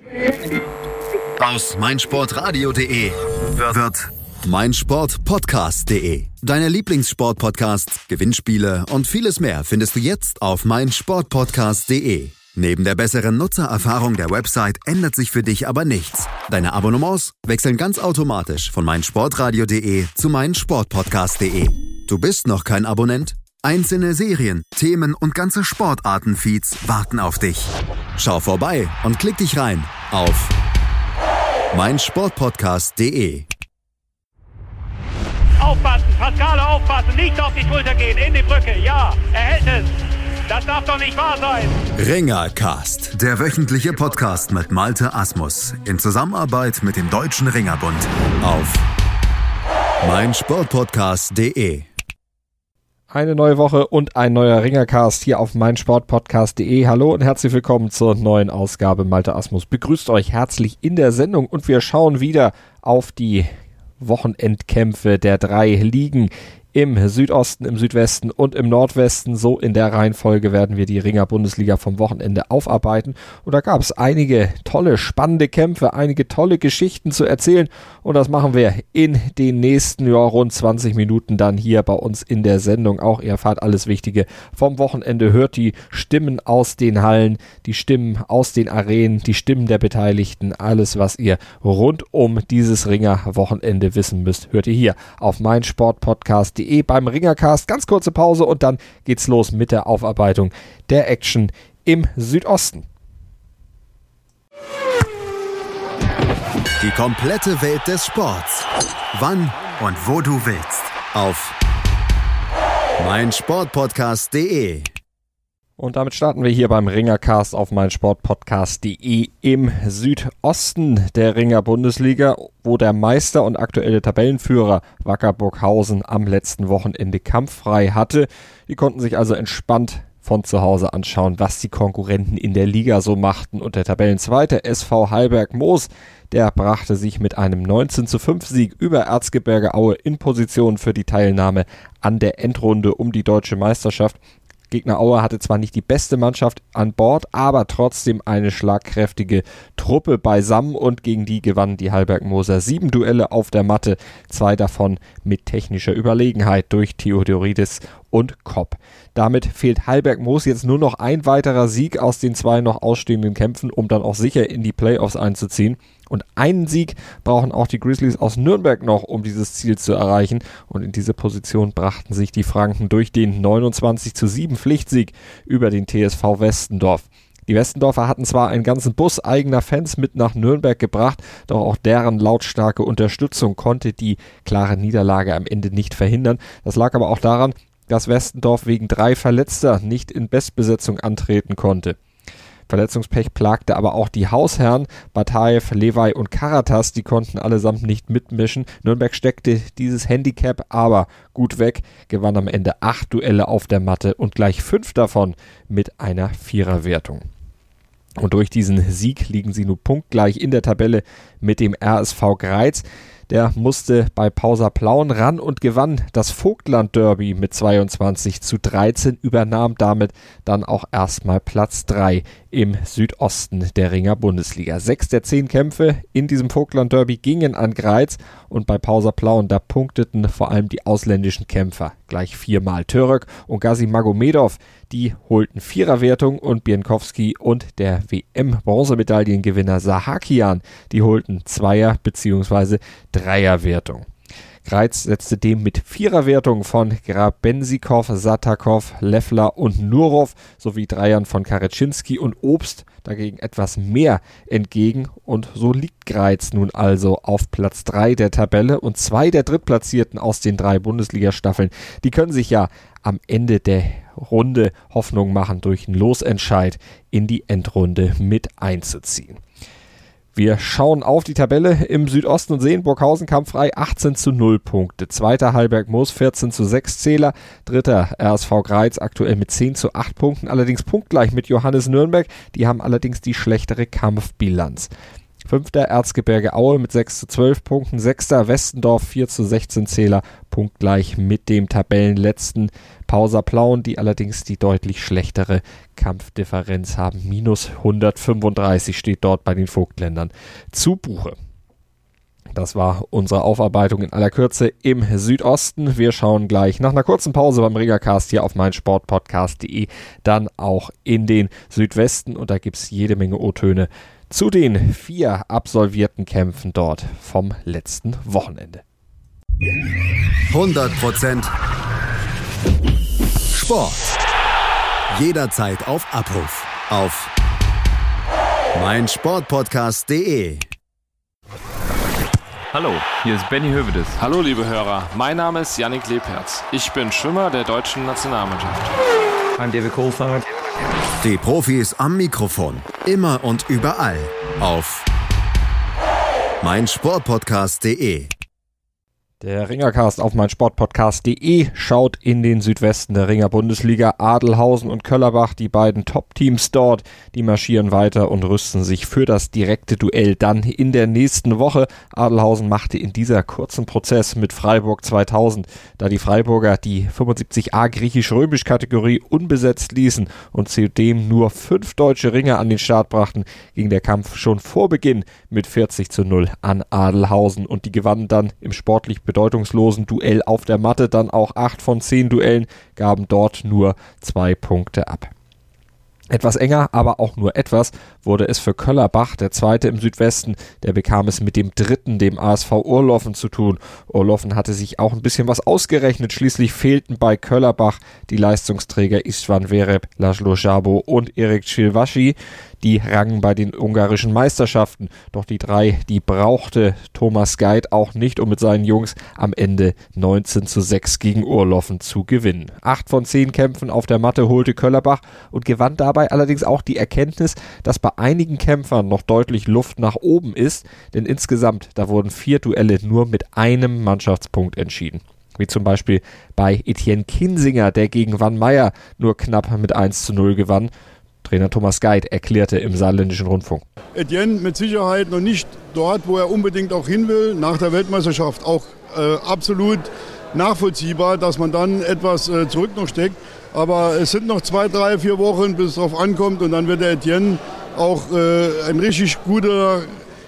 Aus meinsportradio.de wird meinsportpodcast.de. Deine Lieblingssportpodcasts, Gewinnspiele und vieles mehr findest du jetzt auf meinsportpodcast.de. Neben der besseren Nutzererfahrung der Website ändert sich für dich aber nichts. Deine Abonnements wechseln ganz automatisch von meinsportradio.de zu meinsportpodcast.de. Du bist noch kein Abonnent? Einzelne Serien, Themen und ganze Sportarten-Feeds warten auf dich. Schau vorbei und klick dich rein auf meinsportpodcast.de. Aufpassen, Pascale, aufpassen, nicht auf die Schulter gehen, in die Brücke, ja, er hält es. Das darf doch nicht wahr sein. Ringercast, der wöchentliche Podcast mit Malte Asmus in Zusammenarbeit mit dem Deutschen Ringerbund auf meinsportpodcast.de. Eine neue Woche und ein neuer Ringercast hier auf meinsportpodcast.de. Hallo und herzlich willkommen zur neuen Ausgabe. Malte Asmus begrüßt euch herzlich in der Sendung und wir schauen wieder auf die Wochenendkämpfe der 3 Ligen im Südosten, im Südwesten und im Nordwesten. So in der Reihenfolge werden wir die Ringer-Bundesliga vom Wochenende aufarbeiten. Und da gab es einige tolle, spannende Kämpfe, einige tolle Geschichten zu erzählen. Und das machen wir in den nächsten rund 20 Minuten dann hier bei uns in der Sendung. Auch ihr erfahrt alles Wichtige vom Wochenende. Hört die Stimmen aus den Hallen, die Stimmen aus den Arenen, die Stimmen der Beteiligten. Alles, was ihr rund um dieses Ringer-Wochenende wissen müsst, hört ihr hier auf meinsportpodcast.de beim Ringercast. Ganz kurze Pause und dann geht's los mit der Aufarbeitung der Action im Südosten. Die komplette Welt des Sports. Wann und wo du willst. Auf meinsportpodcast.de. Und damit starten wir hier beim Ringercast auf meinsportpodcast.de im Südosten der Ringer-Bundesliga, wo der Meister und aktuelle Tabellenführer Wacker Burghausen am letzten Wochenende kampffrei hatte. Die konnten sich also entspannt von zu Hause anschauen, was die Konkurrenten in der Liga so machten. Und der Tabellenzweite SV Heilberg-Moos, der brachte sich mit einem 19:5 Sieg über Erzgebirge Aue in Position für die Teilnahme an der Endrunde um die deutsche Meisterschaft. Gegner Aue hatte zwar nicht die beste Mannschaft an Bord, aber trotzdem eine schlagkräftige Truppe beisammen und gegen die gewannen die Heilberg-Moser 7 Duelle auf der Matte, 2 davon mit technischer Überlegenheit durch Theodoridis und Kopp. Damit fehlt Heilberg-Moos jetzt nur noch ein weiterer Sieg aus den 2 noch ausstehenden Kämpfen, um dann auch sicher in die Playoffs einzuziehen. Und einen Sieg brauchen auch die Grizzlies aus Nürnberg noch, um dieses Ziel zu erreichen. Und in diese Position brachten sich die Franken durch den 29:7 Pflichtsieg über den TSV Westendorf. Die Westendorfer hatten zwar einen ganzen Bus eigener Fans mit nach Nürnberg gebracht, doch auch deren lautstarke Unterstützung konnte die klare Niederlage am Ende nicht verhindern. Das lag aber auch daran, dass Westendorf wegen 3 Verletzter nicht in Bestbesetzung antreten konnte. Verletzungspech plagte aber auch die Hausherren, Bataev, Lewey und Karatas, die konnten allesamt nicht mitmischen. Nürnberg steckte dieses Handicap aber gut weg, gewann am Ende 8 Duelle auf der Matte und gleich 5 davon mit einer Viererwertung. Und durch diesen Sieg liegen sie nun punktgleich in der Tabelle mit dem RSV Greiz. Der musste bei Pausa Plauen ran und gewann das Vogtland-Derby mit 22:13, übernahm damit dann auch erstmal Platz 3 im Südosten der Ringer-Bundesliga. 6 der 10 Kämpfe in diesem Vogtland-Derby gingen an Greiz und bei Pausa Plauen, da punkteten vor allem die ausländischen Kämpfer gleich 4-mal. Török und Gazi Magomedov, die holten Viererwertung und Bienkowski und der WM-Bronzemedaillengewinner Sahakian, die holten Zweier- bzw. Dreierwertung. Greiz setzte dem mit Viererwertung von Grabenzikow, Satakov, Leffler und Nurov sowie Dreiern von Karetschinski und Obst dagegen etwas mehr entgegen und so liegt Greiz nun also auf Platz 3 der Tabelle und 2 der Drittplatzierten aus den 3 Bundesliga-Staffeln, die können sich ja am Ende der Runde Hoffnung machen, durch einen Losentscheid in die Endrunde mit einzuziehen. Wir schauen auf die Tabelle im Südosten und sehen, Burghausen kampffrei 18:0 Punkte. Zweiter Heilberg-Moos 14:6 Zähler. Dritter RSV Greiz aktuell mit 10:8 Punkten. Allerdings punktgleich mit Johannes Nürnberg. Die haben allerdings die schlechtere Kampfbilanz. 5. Erzgebirge Aue mit 6:12 Punkten, 6. Westendorf 4:16 Zähler, punktgleich mit dem Tabellenletzten Pausa Plauen, die allerdings die deutlich schlechtere Kampfdifferenz haben. -135 steht dort bei den Vogtländern zu Buche. Das war unsere Aufarbeitung in aller Kürze im Südosten. Wir schauen gleich nach einer kurzen Pause beim Ringercast hier auf meinsportpodcast.de dann auch in den Südwesten und da gibt es jede Menge O-Töne zu den 4 absolvierten Kämpfen dort vom letzten Wochenende. 100% Sport. Jederzeit auf Abruf. Auf meinsportpodcast.de. Hallo, hier ist Benny Hövedes. Hallo liebe Hörer, mein Name ist Yannick Lebherz. Ich bin Schwimmer der deutschen Nationalmannschaft. I'm David Coulthard. Die Profis am Mikrofon. Immer und überall. Auf meinsportpodcast.de. Der Ringercast auf meinsportpodcast.de schaut in den Südwesten der Ringer-Bundesliga. Adelhausen und Köllerbach, die beiden Top-Teams dort, die marschieren weiter und rüsten sich für das direkte Duell dann in der nächsten Woche. Adelhausen machte in dieser kurzen Prozess mit Freiburg 2000, da die Freiburger die 75a griechisch-römisch-Kategorie unbesetzt ließen und zudem nur 5 deutsche Ringer an den Start brachten, ging der Kampf schon vor Beginn mit 40:0 an Adelhausen und die gewannen dann im sportlich bedeutungslosen Duell auf der Matte, dann auch 8 von 10 Duellen, gaben dort nur 2 Punkte ab. Etwas enger, aber auch nur etwas, wurde es für Köllerbach, der Zweite im Südwesten. Der bekam es mit dem Dritten, dem ASV Urloffen, zu tun. Urloffen hatte sich auch ein bisschen was ausgerechnet. Schließlich fehlten bei Köllerbach die Leistungsträger Istvan Vereb, Laszlo Szabo und Erik Cilvassi. Die rangen bei den ungarischen Meisterschaften. Doch die 3, die brauchte Thomas Geit auch nicht, um mit seinen Jungs am Ende 19:6 gegen Urloffen zu gewinnen. 8 von 10 Kämpfen auf der Matte holte Köllerbach und gewann dabei allerdings auch die Erkenntnis, dass bei einigen Kämpfern noch deutlich Luft nach oben ist, denn insgesamt, da wurden 4 Duelle nur mit einem Mannschaftspunkt entschieden. Wie zum Beispiel bei Etienne Kinsinger, der gegen Van Meyer nur knapp mit 1:0 gewann. Trainer Thomas Geit erklärte im Saarländischen Rundfunk. Etienne mit Sicherheit noch nicht dort, wo er unbedingt auch hin will, nach der Weltmeisterschaft. Auch absolut nachvollziehbar, dass man dann etwas zurück noch steckt. Aber es sind noch 2, 3, 4 Wochen, bis es darauf ankommt und dann wird der Etienne auch ein richtig guter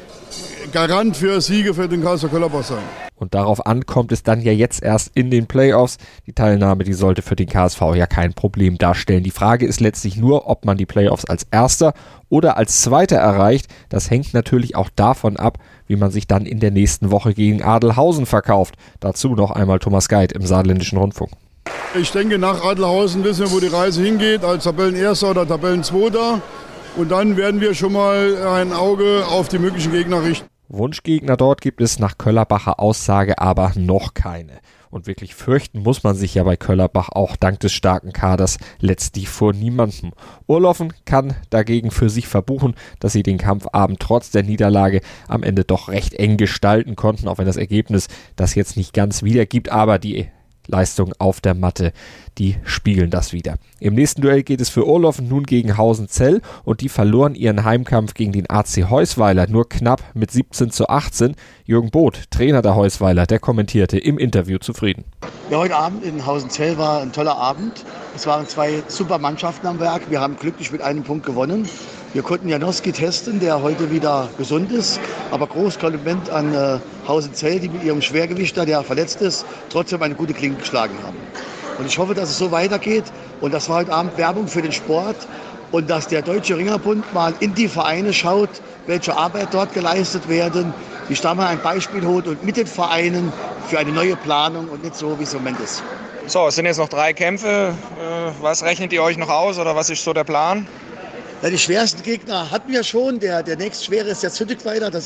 Garant für Siege für den KSV Köllerbach sein. Und darauf ankommt es dann ja jetzt erst in den Playoffs. Die Teilnahme, die sollte für den KSV ja kein Problem darstellen. Die Frage ist letztlich nur, ob man die Playoffs als Erster oder als Zweiter erreicht. Das hängt natürlich auch davon ab, wie man sich dann in der nächsten Woche gegen Adelhausen verkauft. Dazu noch einmal Thomas Geit im Saarländischen Rundfunk. Ich denke, nach Adelhausen wissen wir, wo die Reise hingeht, als Tabellenerster oder Tabellenzweiter. Und dann werden wir schon mal ein Auge auf die möglichen Gegner richten. Wunschgegner dort gibt es nach Köllerbacher Aussage aber noch keine. Und wirklich fürchten muss man sich ja bei Köllerbach auch dank des starken Kaders letztlich vor niemandem. Urloffen kann dagegen für sich verbuchen, dass sie den Kampfabend trotz der Niederlage am Ende doch recht eng gestalten konnten, auch wenn das Ergebnis das jetzt nicht ganz wiedergibt, aber die Leistung auf der Matte, die spiegeln das wieder. Im nächsten Duell geht es für Urloffen nun gegen Hausenzell und die verloren ihren Heimkampf gegen den AC Heusweiler nur knapp mit 17:18. Jürgen Both, Trainer der Heusweiler, der kommentierte im Interview zufrieden. Ja, heute Abend in Hausenzell war ein toller Abend. Es waren 2 super Mannschaften am Werk. Wir haben glücklich mit einem Punkt gewonnen. Wir konnten Janowski testen, der heute wieder gesund ist. Aber großes Kompliment an Hausenzell, die mit ihrem Schwergewichter, der verletzt ist, trotzdem eine gute Klinke geschlagen haben. Und ich hoffe, dass es so weitergeht. Und das war heute Abend Werbung für den Sport. Und dass der Deutsche Ringerbund mal in die Vereine schaut, welche Arbeit dort geleistet werden, sich da mal ein Beispiel holt und mit den Vereinen für eine neue Planung und nicht so, wie es im Moment ist. So, es sind jetzt noch 3 Kämpfe. Was rechnet ihr euch noch aus oder was ist so der Plan? Ja, die schwersten Gegner hatten wir schon. Der nächstschwere ist jetzt Hüttigweiler. Da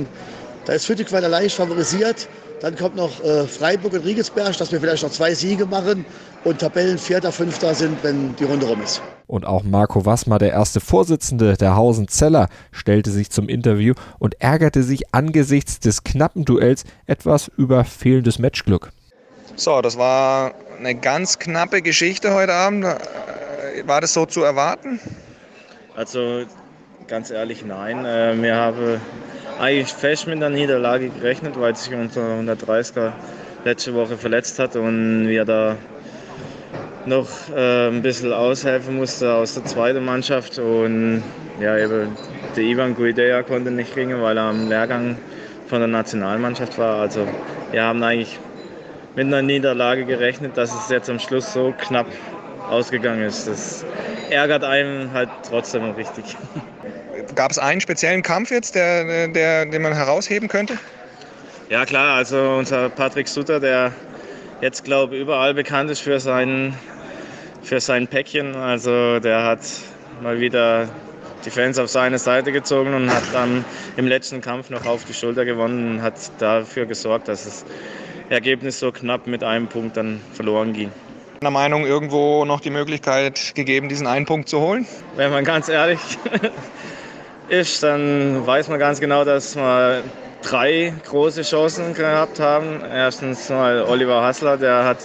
ist Hüttigweiler leicht favorisiert. Dann kommt noch Freiburg und Riegelsberg, dass wir vielleicht noch 2 Siege machen und Tabellen 4., 5. sind, wenn die Runde rum ist. Und auch Marco Wassmer, der erste Vorsitzende der Hausenzeller, stellte sich zum Interview und ärgerte sich angesichts des knappen Duells etwas über fehlendes Matchglück. So, das war eine ganz knappe Geschichte heute Abend. War das so zu erwarten? Also ganz ehrlich, nein. Wir haben eigentlich fest mit der Niederlage gerechnet, weil sich unser 130er letzte Woche verletzt hat und wir da noch ein bisschen aushelfen musste aus der zweiten Mannschaft. Und ja, eben der Ivan Guidea konnte nicht ringen, weil er am Lehrgang von der Nationalmannschaft war. Also wir haben eigentlich mit einer Niederlage gerechnet, dass es jetzt am Schluss so knapp ausgegangen ist. Das ärgert einen halt trotzdem richtig. Gab es einen speziellen Kampf jetzt, den man herausheben könnte? Ja klar, also unser Patrick Sutter, der jetzt glaube ich überall bekannt ist für sein Päckchen. Also der hat mal wieder die Fans auf seine Seite gezogen und hat dann im letzten Kampf noch auf die Schulter gewonnen und hat dafür gesorgt, dass das Ergebnis so knapp mit einem Punkt dann verloren ging. Der Meinung, irgendwo noch die Möglichkeit gegeben, diesen einen Punkt zu holen? Wenn man ganz ehrlich ist, dann weiß man ganz genau, dass wir 3 große Chancen gehabt haben. Erstens mal Oliver Hassler, der hat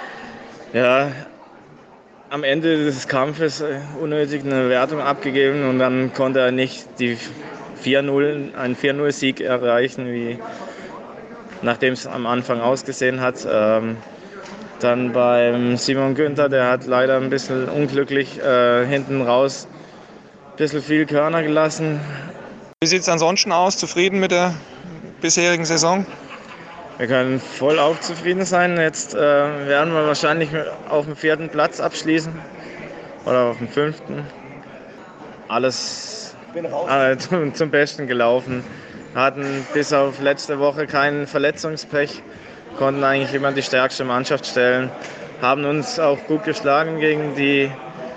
am Ende des Kampfes unnötig eine Wertung abgegeben und dann konnte er nicht einen 4-0-Sieg erreichen, wie nachdem es am Anfang ausgesehen hat. Dann beim Simon Günther, der hat leider ein bisschen unglücklich hinten raus ein bisschen viel Körner gelassen. Wie sieht es ansonsten aus? Zufrieden mit der bisherigen Saison? Wir können voll auch zufrieden sein. Jetzt werden wir wahrscheinlich auf dem 4. Platz abschließen oder auf dem 5. Alles zum Besten gelaufen. Hatten bis auf letzte Woche kein Verletzungspech. Konnten eigentlich immer die stärkste Mannschaft stellen, haben uns auch gut geschlagen gegen die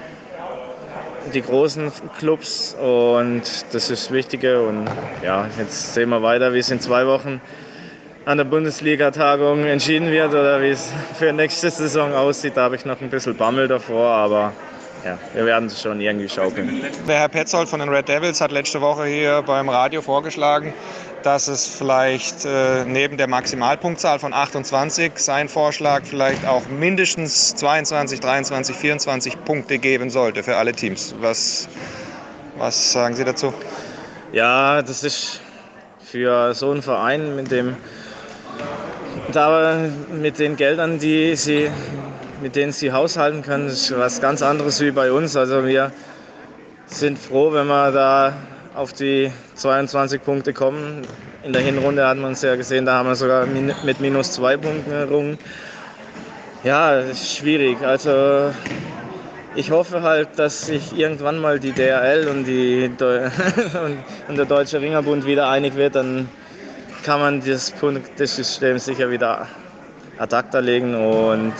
großen Clubs und das ist das Wichtige. Und ja, jetzt sehen wir weiter, wie es in 2 Wochen an der Bundesliga-Tagung entschieden wird oder wie es für nächste Saison aussieht. Da habe ich noch ein bisschen Bammel davor, aber ja, wir werden es schon irgendwie schaukeln. Der Herr Petzold von den Red Devils hat letzte Woche hier beim Radio vorgeschlagen, dass es vielleicht neben der Maximalpunktzahl von 28 sein Vorschlag vielleicht auch mindestens 22, 23, 24 Punkte geben sollte für alle Teams. Was sagen Sie dazu? Ja, das ist für so einen Verein mit den Geldern, mit denen sie haushalten können, ist was ganz anderes wie bei uns. Also wir sind froh, wenn wir da auf die 22 Punkte kommen. In der Hinrunde hat man es ja gesehen, da haben wir sogar mit minus 2 Punkten errungen. Ja, das ist schwierig. Also ich hoffe halt, dass sich irgendwann mal die DRL und der Deutsche Ringerbund wieder einig wird. Dann kann man das Punktesystem sicher wieder ad acta legen und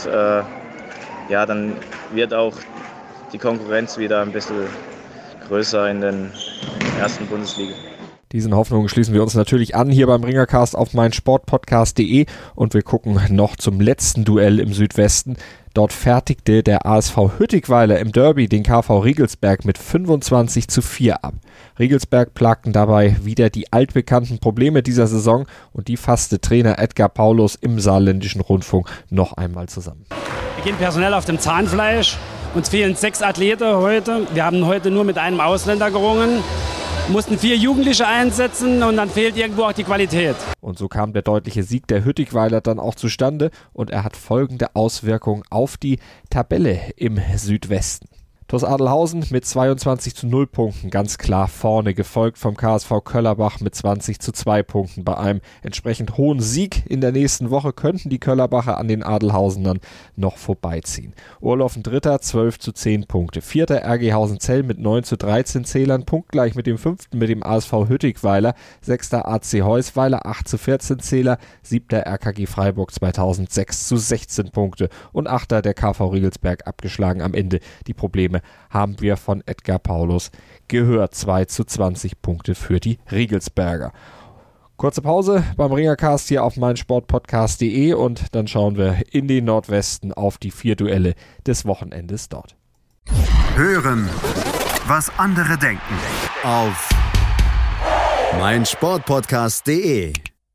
dann wird auch die Konkurrenz wieder ein bisschen größer in den ersten Bundesliga. Diesen Hoffnungen schließen wir uns natürlich an hier beim Ringercast auf meinsportpodcast.de und wir gucken noch zum letzten Duell im Südwesten. Dort fertigte der ASV Hüttigweiler im Derby den KV Riegelsberg mit 25:4 ab. Riegelsberg plagten dabei wieder die altbekannten Probleme dieser Saison und die fasste Trainer Edgar Paulus im Saarländischen Rundfunk noch einmal zusammen. Wir gehen personell auf dem Zahnfleisch. Uns fehlen 6 Athleten heute. Wir haben heute nur mit einem Ausländer gerungen. Mussten 4 Jugendliche einsetzen und dann fehlt irgendwo auch die Qualität. Und so kam der deutliche Sieg der Hüttigweiler dann auch zustande und er hat folgende Auswirkungen auf die Tabelle im Südwesten. TuS Adelhausen mit 22:0 Punkten ganz klar vorne, gefolgt vom KSV Köllerbach mit 20:2 Punkten. Bei einem entsprechend hohen Sieg in der nächsten Woche könnten die Köllerbacher an den Adelhausenern noch vorbeiziehen. Urlaufen Dritter, 12:10 Punkte. Vierter RG Hausenzell mit 9:13 Zählern, punktgleich mit dem 5. mit dem ASV Hüttigweiler. 6. AC Heusweiler, 8:14 Zähler. 7. RKG Freiburg 2000, 6:16 Punkte. Und 8. der KV Riegelsberg abgeschlagen am Ende. Die Probleme haben wir von Edgar Paulus gehört. 2:20 Punkte für die Riegelsberger. Kurze Pause beim Ringercast hier auf meinsportpodcast.de und dann schauen wir in den Nordwesten auf die 4 Duelle des Wochenendes dort. Hören, was andere denken auf meinsportpodcast.de.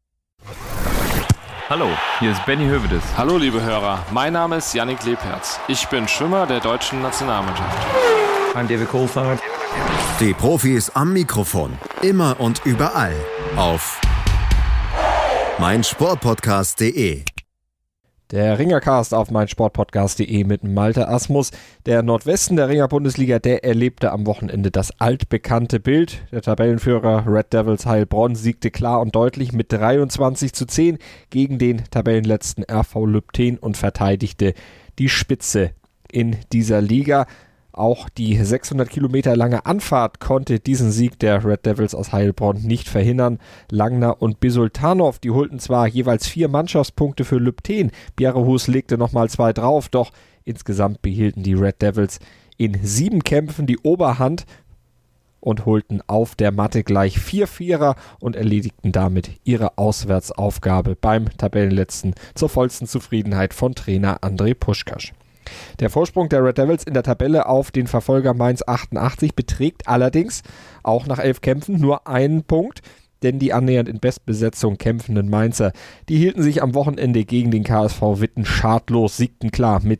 Hallo, hier ist Benny Hövedes. Hallo liebe Hörer, mein Name ist Yannick Lebherz. Ich bin Schwimmer der deutschen Nationalmannschaft. I'm David Kohlfahrt. Die Profis am Mikrofon, immer und überall. auf meinsportpodcast.de. Der Ringercast auf meinsportpodcast.de mit Malte Asmus. Der Nordwesten der Ringer-Bundesliga, der erlebte am Wochenende das altbekannte Bild. Der Tabellenführer Red Devils Heilbronn siegte klar und deutlich mit 23:10 gegen den Tabellenletzten RV Lübten und verteidigte die Spitze in dieser Liga. Auch die 600 Kilometer lange Anfahrt konnte diesen Sieg der Red Devils aus Heilbronn nicht verhindern. Langner und Bisultanov, die holten zwar jeweils 4 Mannschaftspunkte für Lübten, Bjerrehus legte nochmal 2 drauf, doch insgesamt behielten die Red Devils in 7 Kämpfen die Oberhand und holten auf der Matte gleich 4 Vierer und erledigten damit ihre Auswärtsaufgabe beim Tabellenletzten zur vollsten Zufriedenheit von Trainer André Puschkasch. Der Vorsprung der Red Devils in der Tabelle auf den Verfolger Mainz 88 beträgt allerdings auch nach 11 Kämpfen nur 1 Punkt, denn die annähernd in Bestbesetzung kämpfenden Mainzer, die hielten sich am Wochenende gegen den KSV Witten schadlos, siegten klar mit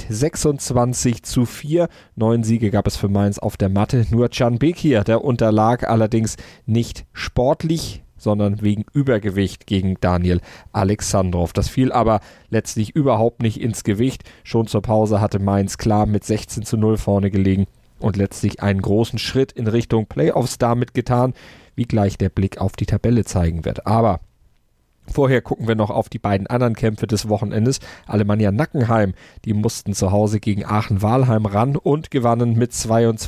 26:4. 9 Siege gab es für Mainz auf der Matte, nur Can Bekir, der unterlag allerdings nicht sportlich, sondern wegen Übergewicht gegen Daniel Alexandrov. Das fiel aber letztlich überhaupt nicht ins Gewicht. Schon zur Pause hatte Mainz klar mit 16:0 vorne gelegen und letztlich einen großen Schritt in Richtung Playoffs damit getan, wie gleich der Blick auf die Tabelle zeigen wird. Aber vorher gucken wir noch auf die beiden anderen Kämpfe des Wochenendes. Alemannia Nackenheim, die mussten zu Hause gegen Aachen-Walheim ran und gewannen mit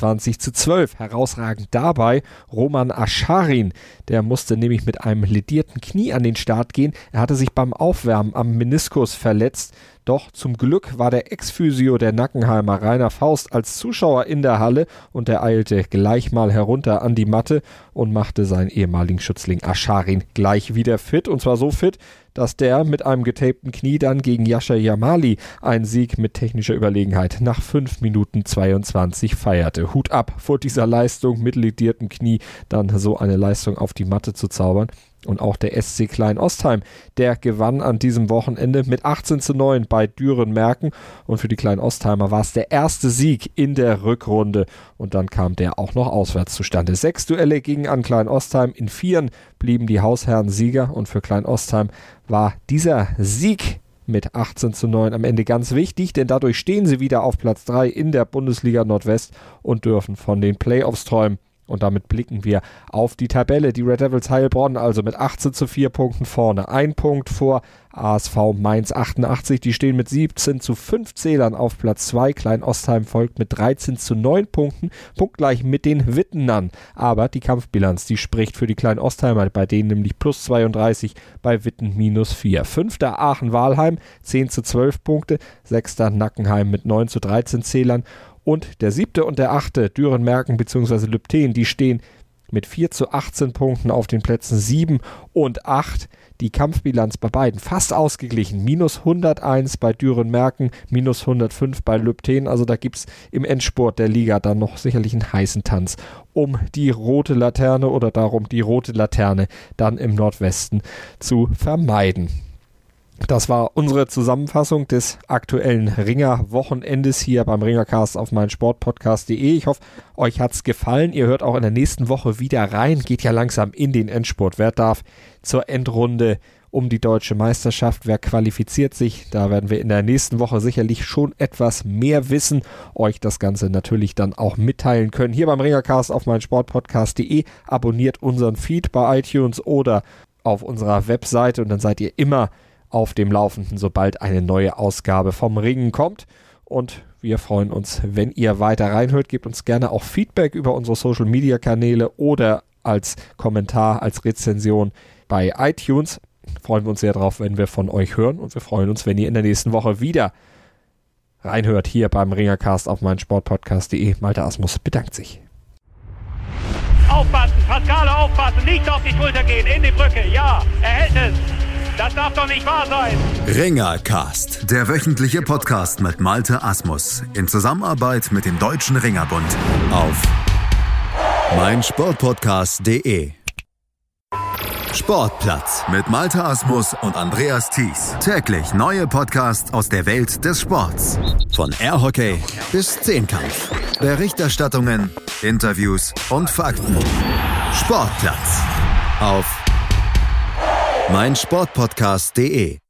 22:12. Herausragend dabei Roman Ascharin, der musste nämlich mit einem ledierten Knie an den Start gehen. Er hatte sich beim Aufwärmen am Meniskus verletzt. Doch zum Glück war der Ex-Physio der Nackenheimer Rainer Faust als Zuschauer in der Halle und er eilte gleich mal herunter an die Matte und machte seinen ehemaligen Schützling Ascharin gleich wieder fit. Und zwar so fit, dass der mit einem getapten Knie dann gegen Yasha Yamali einen Sieg mit technischer Überlegenheit nach 5 Minuten 22 feierte. Hut ab vor dieser Leistung, mit lediertem Knie dann so eine Leistung auf die Matte zu zaubern. Und auch der SC Klein-Ostheim, der gewann an diesem Wochenende mit 18:9 bei Düren-Merken. Und für die Klein-Ostheimer war es der erste Sieg in der Rückrunde. Und dann kam der auch noch auswärts zustande. 6 Duelle gingen an Klein-Ostheim. In 4 blieben die Hausherren Sieger. Und für Klein-Ostheim war dieser Sieg mit 18:9 am Ende ganz wichtig, denn dadurch stehen sie wieder auf Platz 3 in der Bundesliga Nordwest und dürfen von den Playoffs träumen. Und damit blicken wir auf die Tabelle. Die Red Devils Heilbronn also mit 18:4 Punkten vorne. 1 Punkt vor ASV Mainz 88. Die stehen mit 17:5 Zählern auf Platz 2. Klein-Ostheim folgt mit 13:9 Punkten. Punktgleich mit den Wittenern. Aber die Kampfbilanz, die spricht für die Klein-Ostheimer. Bei denen nämlich plus 32, bei Witten minus 4. 5. Aachen-Walheim 10:12 Punkte. 6. Nackenheim mit 9:13 Zählern. Und der 7. und der 8. Düren-Merken bzw. Lübten, die stehen mit 4:18 Punkten auf den Plätzen 7 und 8. Die Kampfbilanz bei beiden fast ausgeglichen. Minus 101 bei Düren-Merken, minus 105 bei Lübten. Also da gibt es im Endspurt der Liga dann noch sicherlich einen heißen Tanz um die rote Laterne oder darum, die rote Laterne dann im Nordwesten zu vermeiden. Das war unsere Zusammenfassung des aktuellen Ringer-Wochenendes hier beim Ringercast auf meinsportpodcast.de. Ich hoffe, euch hat's gefallen. Ihr hört auch in der nächsten Woche wieder rein. Geht ja langsam in den Endspurt. Wer darf zur Endrunde um die deutsche Meisterschaft? Wer qualifiziert sich? Da werden wir in der nächsten Woche sicherlich schon etwas mehr wissen. Euch das Ganze natürlich dann auch mitteilen können. Hier beim Ringercast auf meinsportpodcast.de. Abonniert unseren Feed bei iTunes oder auf unserer Webseite und dann seid ihr immer auf dem Laufenden, sobald eine neue Ausgabe vom Ringen kommt. Und wir freuen uns, wenn ihr weiter reinhört. Gebt uns gerne auch Feedback über unsere Social-Media-Kanäle oder als Kommentar, als Rezension bei iTunes. Freuen wir uns sehr drauf, wenn wir von euch hören. Und wir freuen uns, wenn ihr in der nächsten Woche wieder reinhört hier beim Ringercast auf meinsportpodcast.de. Malte Asmus bedankt sich. Aufpassen, Pascale aufpassen, nicht auf die Schulter gehen, in die Brücke, ja, er hält es. Das darf doch nicht wahr sein. Ringercast, der wöchentliche Podcast mit Malte Asmus in Zusammenarbeit mit dem Deutschen Ringerbund auf meinsportpodcast.de. Sportplatz mit Malte Asmus und Andreas Thies. Täglich neue Podcasts aus der Welt des Sports. Von Airhockey bis Zehnkampf. Berichterstattungen, Interviews und Fakten. Sportplatz auf meinsportpodcast.de